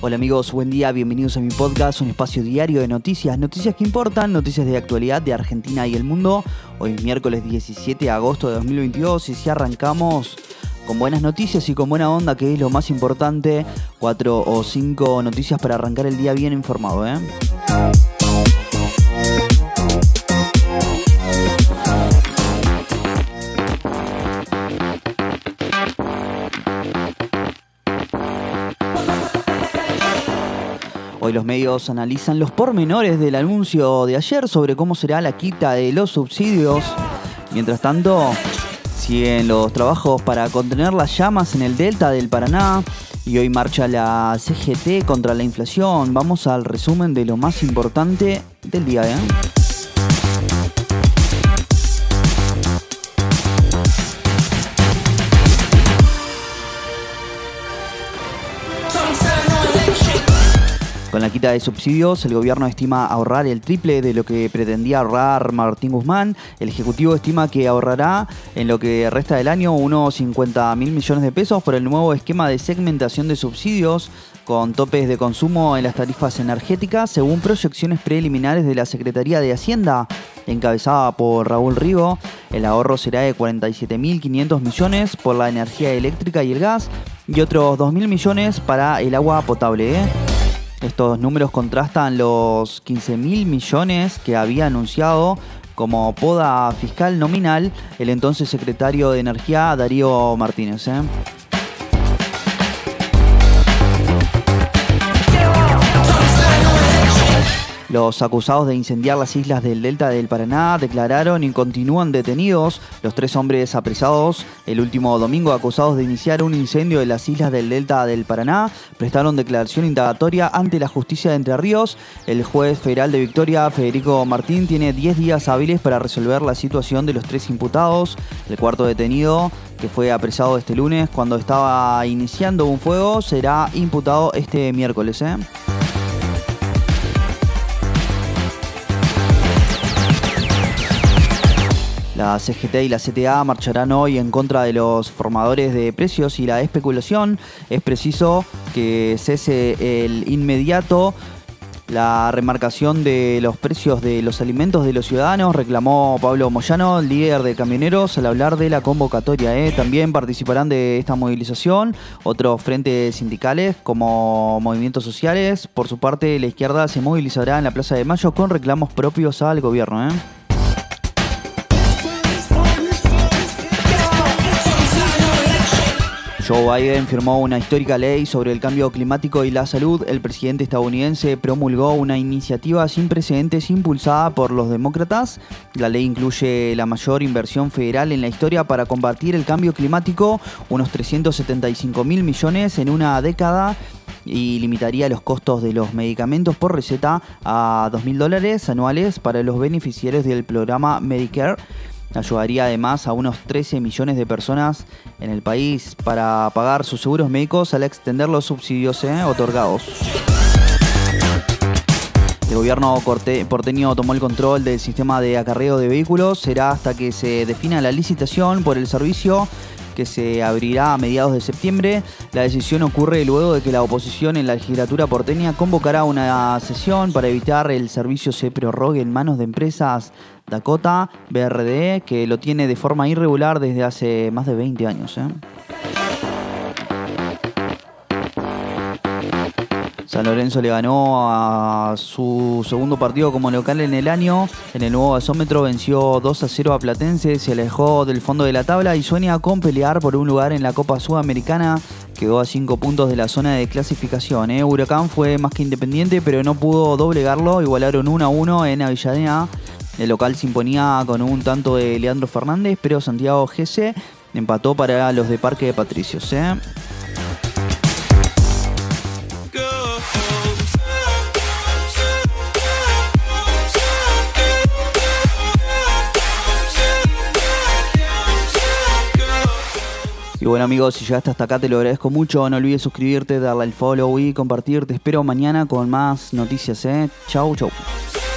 Hola amigos, buen día, bienvenidos a mi podcast, un espacio diario de noticias que importan, noticias de actualidad de Argentina y el mundo. Hoy es miércoles 17 de agosto de 2022 y si arrancamos con buenas noticias y con buena onda, que es lo más importante, 4 o 5 noticias para arrancar el día bien informado, Hoy los medios analizan los pormenores del anuncio de ayer sobre cómo será la quita de los subsidios. Mientras tanto, siguen los trabajos para contener las llamas en el delta del Paraná y hoy marcha la CGT contra la inflación. Vamos al resumen de lo más importante del día, Con la quita de subsidios, el gobierno estima ahorrar el triple de lo que pretendía ahorrar Martín Guzmán. El Ejecutivo estima que ahorrará en lo que resta del año unos 50.000 millones de pesos por el nuevo esquema de segmentación de subsidios con topes de consumo en las tarifas energéticas, según proyecciones preliminares de la Secretaría de Hacienda, encabezada por Raúl Rigo. El ahorro será de 47.500 millones por la energía eléctrica y el gas y otros 2.000 millones para el agua potable, Estos números contrastan los 15.000 millones que había anunciado como poda fiscal nominal el entonces secretario de Energía, Darío Martínez. Los acusados de incendiar las islas del delta del Paraná declararon y continúan detenidos. Los 3 hombres apresados el último domingo acusados de iniciar un incendio en las islas del delta del Paraná prestaron declaración indagatoria ante la justicia de Entre Ríos. El juez federal de Victoria, Federico Martín, tiene 10 días hábiles para resolver la situación de los 3 imputados. El cuarto detenido, que fue apresado este lunes cuando estaba iniciando un fuego, será imputado este miércoles. La CGT y la CTA marcharán hoy en contra de los formadores de precios y la especulación. Es preciso que cese el inmediato la remarcación de los precios de los alimentos de los ciudadanos, reclamó Pablo Moyano, líder de camioneros, al hablar de la convocatoria. También participarán de esta movilización otros frentes sindicales como movimientos sociales. Por su parte, la izquierda se movilizará en la Plaza de Mayo con reclamos propios al gobierno. Joe Biden firmó una histórica ley sobre el cambio climático y la salud. El presidente estadounidense promulgó una iniciativa sin precedentes impulsada por los demócratas. La ley incluye la mayor inversión federal en la historia para combatir el cambio climático, unos 375.000 millones en una década, y limitaría los costos de los medicamentos por receta a $2.000 anuales para los beneficiarios del programa Medicare. Ayudaría además a unos 13 millones de personas en el país para pagar sus seguros médicos al extender los subsidios otorgados. El gobierno porteño tomó el control del sistema de acarreo de vehículos. Será hasta que se defina la licitación por el servicio, que se abrirá a mediados de septiembre. La decisión ocurre luego de que la oposición en la legislatura porteña convocará una sesión para evitar el servicio se prorrogue en manos de empresas Dakota, BRD, que lo tiene de forma irregular desde hace más de 20 años. San Lorenzo le ganó a su segundo partido como local en el año. En el nuevo gasómetro venció 2-0 a Platense, se alejó del fondo de la tabla y sueña con pelear por un lugar en la Copa Sudamericana. Quedó a 5 puntos de la zona de clasificación. Huracán fue más que Independiente, pero no pudo doblegarlo. Igualaron 1-1 en Avellaneda. El local se imponía con un tanto de Leandro Fernández, pero Santiago Gese empató para los de Parque de Patricios. Y bueno amigos, si llegaste hasta acá te lo agradezco mucho. No olvides suscribirte, darle al follow y compartir. Te espero mañana con más noticias. Chau, chau.